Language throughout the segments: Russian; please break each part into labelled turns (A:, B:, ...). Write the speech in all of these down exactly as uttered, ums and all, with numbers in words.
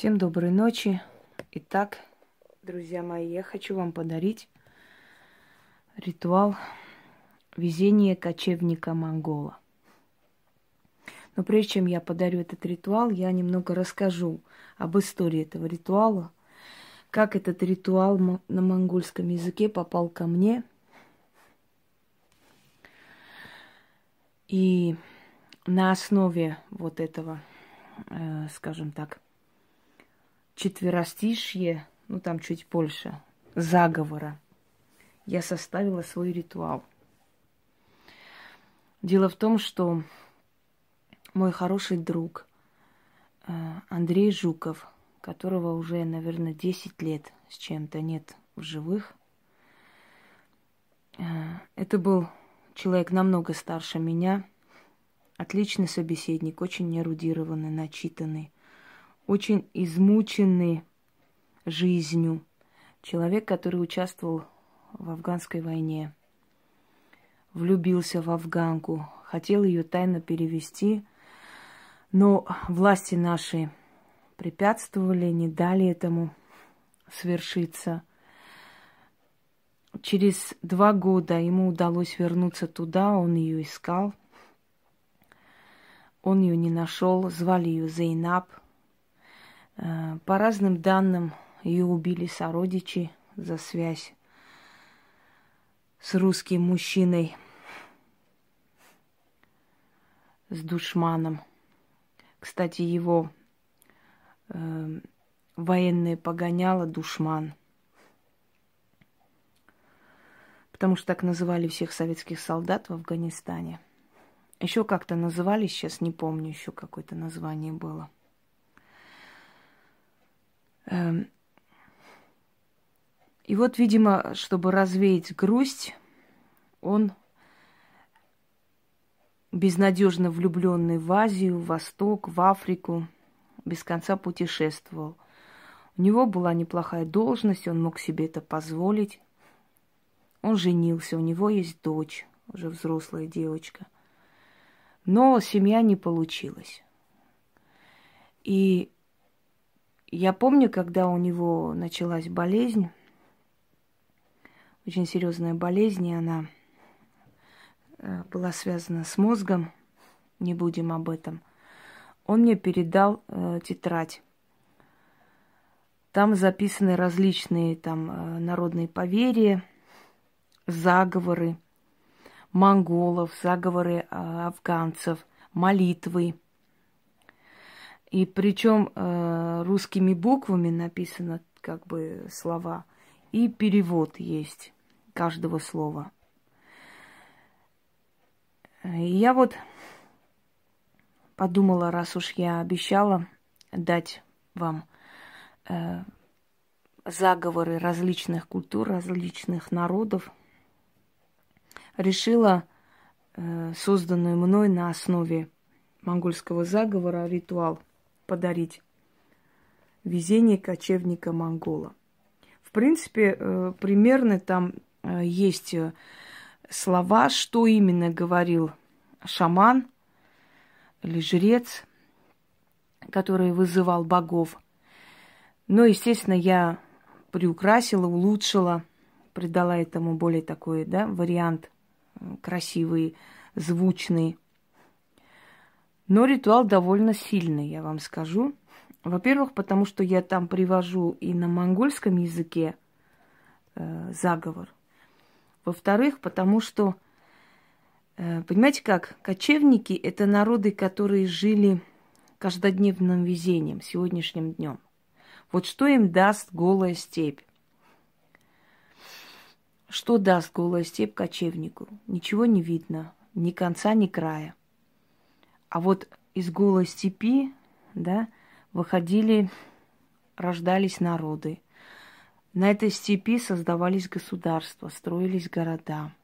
A: Всем доброй ночи. Итак, друзья мои, я хочу вам подарить ритуал везения кочевника-монгола. Но прежде чем я подарю этот ритуал, я немного расскажу об истории этого ритуала, как этот ритуал на монгольском языке попал ко мне. И на основе вот этого, э, скажем так, четверостишье, ну там чуть больше, заговора, я составила свой ритуал. Дело в том, что мой хороший друг э, Андрей Жуков, которого уже, наверное, десять лет с чем-то нет в живых, э, это был человек намного старше меня, отличный собеседник, очень эрудированный, начитанный, очень измученный жизнью. Человек, который участвовал в афганской войне, влюбился в афганку, хотел ее тайно перевести, но власти наши препятствовали, не дали этому свершиться. Через два года ему удалось вернуться туда, он ее искал. Он ее не нашел, звали ее Зейнаб. По разным данным, ее убили сородичи за связь с русским мужчиной, с душманом. Кстати, его э, военное погоняло душман, потому что так называли всех советских солдат в Афганистане. Еще как-то называли, сейчас не помню, еще какое-то название было. И вот, видимо, чтобы развеять грусть, он, безнадежно влюбленный в Азию, в Восток, в Африку, без конца путешествовал. У него была неплохая должность, он мог себе это позволить. Он женился, у него есть дочь, уже взрослая девочка. Но семья не получилась. И я помню, когда у него началась болезнь, очень серьезная болезнь, и она была связана с мозгом, не будем об этом. Он мне передал э, тетрадь. Там записаны различные там э, народные поверья, заговоры монголов, заговоры э, афганцев, молитвы. И причем э, русскими буквами написано как бы слова, и перевод есть каждого слова. И я вот подумала, раз уж я обещала дать вам э, заговоры различных культур, различных народов, решила э, созданную мной на основе монгольского заговора ритуал подарить везение кочевника-монгола. В принципе, э, примерно там э, есть слова, что именно говорил шаман или жрец, который вызывал богов. Но, естественно, я приукрасила, улучшила, придала этому более такой, да, вариант красивый, звучный. Но ритуал довольно сильный, я вам скажу. Во-первых, потому что я там привожу и на монгольском языке э, заговор. Во-вторых, потому что, э, понимаете как, кочевники – это народы, которые жили каждодневным везением, сегодняшним днем. Вот что им даст голая степь? Что даст голая степь кочевнику? Ничего не видно, ни конца, ни края. А вот из голой степи, да, выходили, рождались народы. На этой степи создавались государства, строились города,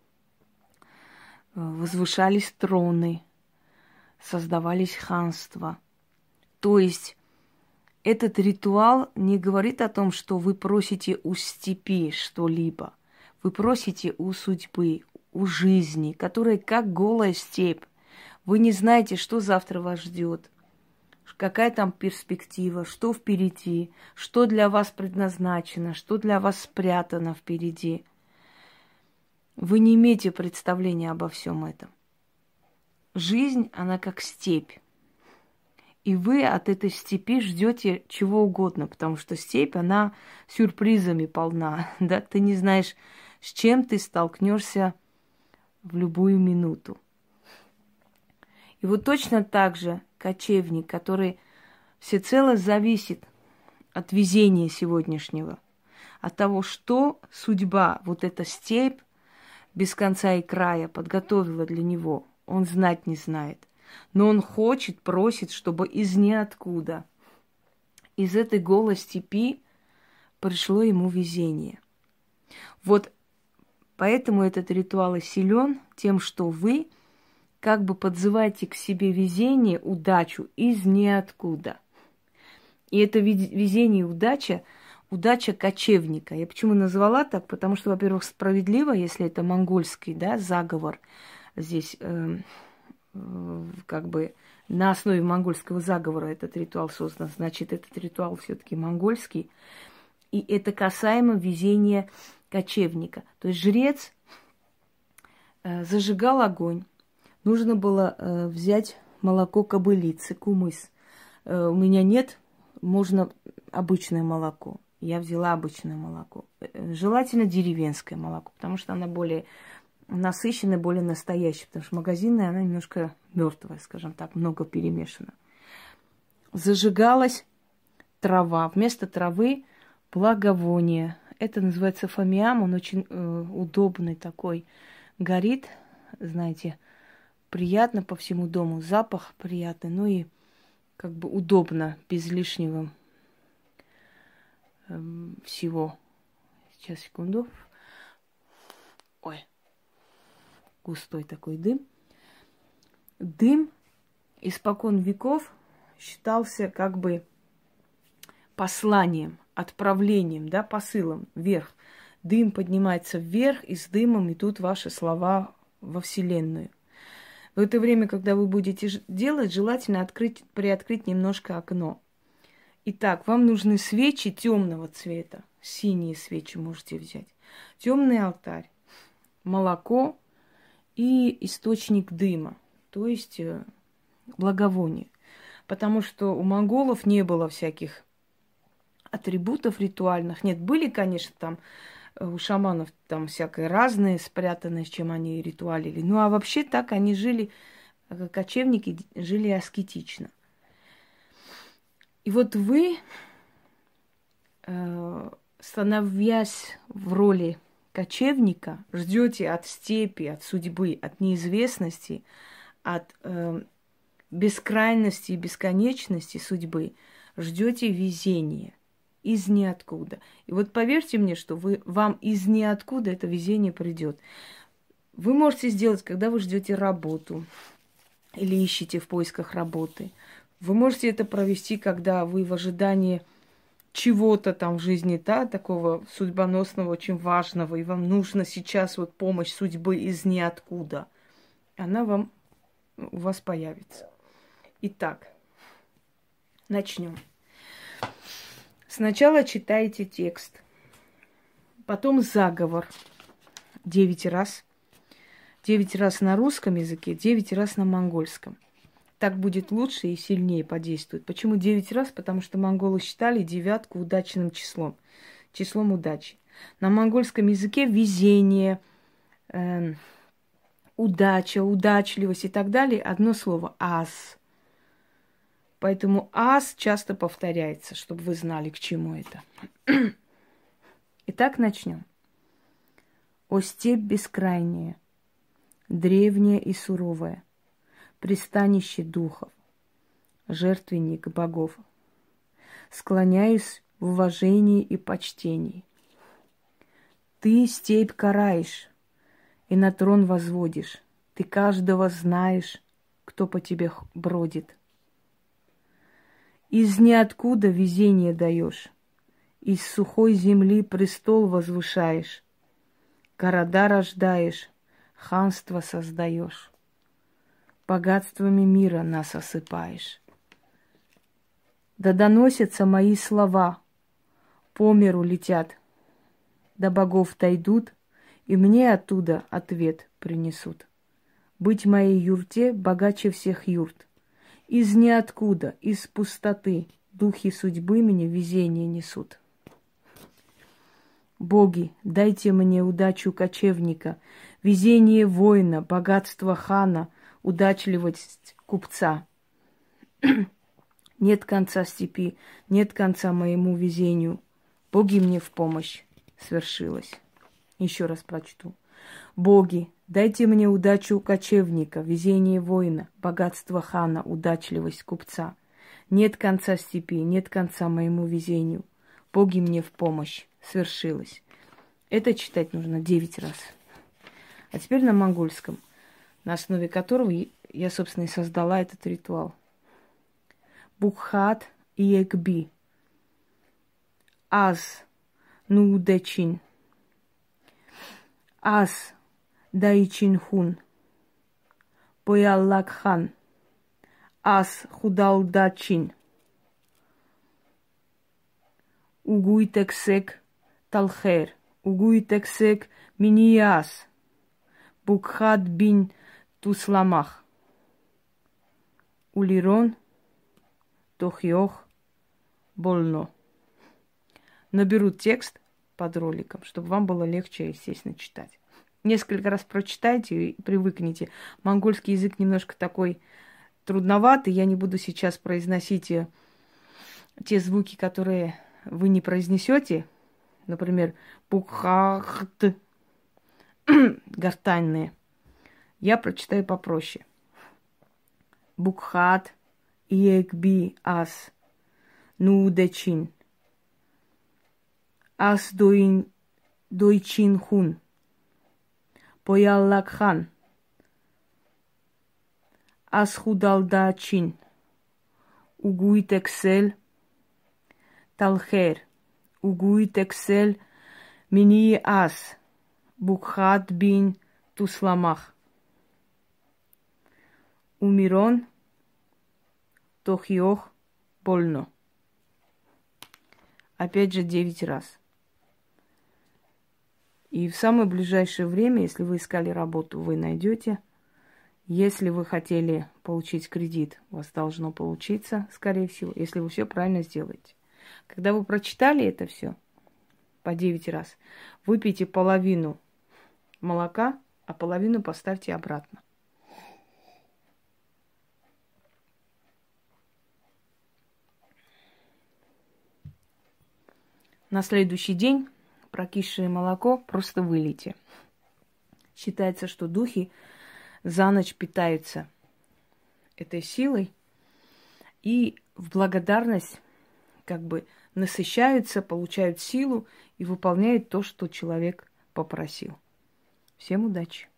A: возвышались троны, создавались ханства. То есть этот ритуал не говорит о том, что вы просите у степи что-либо. Вы просите у судьбы, у жизни, которая как голая степь. Вы не знаете, что завтра вас ждет, какая там перспектива, что впереди, что для вас предназначено, что для вас спрятано впереди. Вы не имеете представления обо всем этом. Жизнь, она как степь. И вы от этой степи ждете чего угодно, потому что степь, она сюрпризами полна. Да? Ты не знаешь, с чем ты столкнешься в любую минуту. И вот точно так же кочевник, который всецело зависит от везения сегодняшнего, от того, что судьба, вот эта степь без конца и края подготовила для него, он знать не знает. Но он хочет, просит, чтобы из ниоткуда, из этой голой степи пришло ему везение. Вот поэтому этот ритуал и силен тем, что вы как бы подзываете к себе везение, удачу из ниоткуда. И это везение и удача, удача кочевника. Я почему назвала так? Потому что, во-первых, справедливо, если это монгольский, да, заговор здесь... Э, как бы на основе монгольского заговора этот ритуал создан, значит, этот ритуал все-таки монгольский. И это касаемо везения кочевника. То есть жрец э, зажигал огонь. Нужно было э, взять молоко кобылицы, кумыс. Э, у меня нет, можно обычное молоко. Я взяла обычное молоко. Э, желательно деревенское молоко, потому что оно более... насыщенная, более настоящая, потому что магазинная, она немножко мертвая, скажем так, много перемешана. Зажигалась трава. Вместо травы благовоние. Это называется фамиам, он очень э, удобный такой. Горит, знаете, приятно по всему дому, запах приятный, ну и как бы удобно, без лишнего э, всего. Сейчас, секунду. Ой. Густой такой дым. Дым испокон веков считался как бы посланием, отправлением, да, посылом вверх. Дым поднимается вверх, и с дымом идут ваши слова во Вселенную. В это время, когда вы будете делать, желательно открыть, приоткрыть немножко окно. Итак, вам нужны свечи темного цвета. Синие свечи можете взять. Темный алтарь, молоко и источник дыма, то есть благовоние. Потому что у монголов не было всяких атрибутов ритуальных. Нет, были, конечно, там у шаманов там всякое разное спрятанное, с чем они ритуалили. Ну, а вообще так они жили, кочевники жили аскетично. И вот вы, становясь в роли кочевника, ждете от степи, от судьбы, от неизвестности, от э, бескрайности и бесконечности судьбы, ждете везения из ниоткуда. И вот поверьте мне, что вы, вам из ниоткуда это везение придет. Вы можете сделать, когда вы ждете работу или ищете в поисках работы. Вы можете это провести, когда вы в ожидании чего-то там в жизни, да, такого судьбоносного, очень важного, и вам нужно сейчас вот помощь судьбы из ниоткуда. Она вам, у вас появится. Итак, начнем. Сначала читайте текст, потом заговор девять раз. Девять раз на русском языке, девять раз на монгольском. Так будет лучше и сильнее подействует. Почему девять раз? Потому что монголы считали девятку удачным числом. Числом удачи. На монгольском языке везение, э, удача, удачливость и так далее. Одно слово – аз. Поэтому аз часто повторяется, чтобы вы знали, к чему это. Итак, начнем. О степь бескрайняя, древняя и суровая, пристанище духов, жертвенник богов, склоняюсь в уважении и почтении. Ты степь караешь и на трон возводишь, ты каждого знаешь, кто по тебе бродит. Из ниоткуда везение даешь, из сухой земли престол возвышаешь, города рождаешь, ханство создаешь. Богатствами мира нас осыпаешь. Да доносятся мои слова, по миру летят, до богов дойдут, и мне оттуда ответ принесут. Быть в моей юрте богаче всех юрт. Из ниоткуда, из пустоты духи судьбы мне везение несут. Боги, дайте мне удачу кочевника, везение воина, богатство хана, удачливость купца. Нет конца степи, нет конца моему везению. Боги мне в помощь, свершилось. Еще раз прочту. Боги, дайте мне удачу кочевника, везение воина, богатство хана, удачливость купца. Нет конца степи, нет конца моему везению. Боги мне в помощь, свершилось. Это читать нужно девять раз. А теперь на монгольском, на основе которого я, собственно, и создала этот ритуал. Букхат иекби. Аз нуудэчин. Аз дайчинхун. Бояллакхан. Аз худалдачин. Угуйтексек талхер. Угуйтексек минияс. Букхат бин тусламах. Улирон тохьох больно. Наберу текст под роликом, чтобы вам было легче, естественно, читать. Несколько раз прочитайте и привыкните. Монгольский язык немножко такой трудноватый. Я не буду сейчас произносить те звуки, которые вы не произнесете. Например, букхахт, гортанные. Я прочитаю попроще. Букхат иекби ас нуудэчин. Ас доин дойчин хун. Бояллакхан. Ас худалдачин. Угуйтексель талхер. Угуйтексель мини ас. Букхат бин тусламах. Умирон тохьох больно. Опять же девять раз. И в самое ближайшее время, если вы искали работу, вы найдете. Если вы хотели получить кредит, у вас должно получиться, скорее всего, если вы все правильно сделаете. Когда вы прочитали это все по девять раз, выпейте половину молока, а половину поставьте обратно. На следующий день прокисшее молоко просто вылейте. Считается, что духи за ночь питаются этой силой и в благодарность как бы насыщаются, получают силу и выполняют то, что человек попросил. Всем удачи!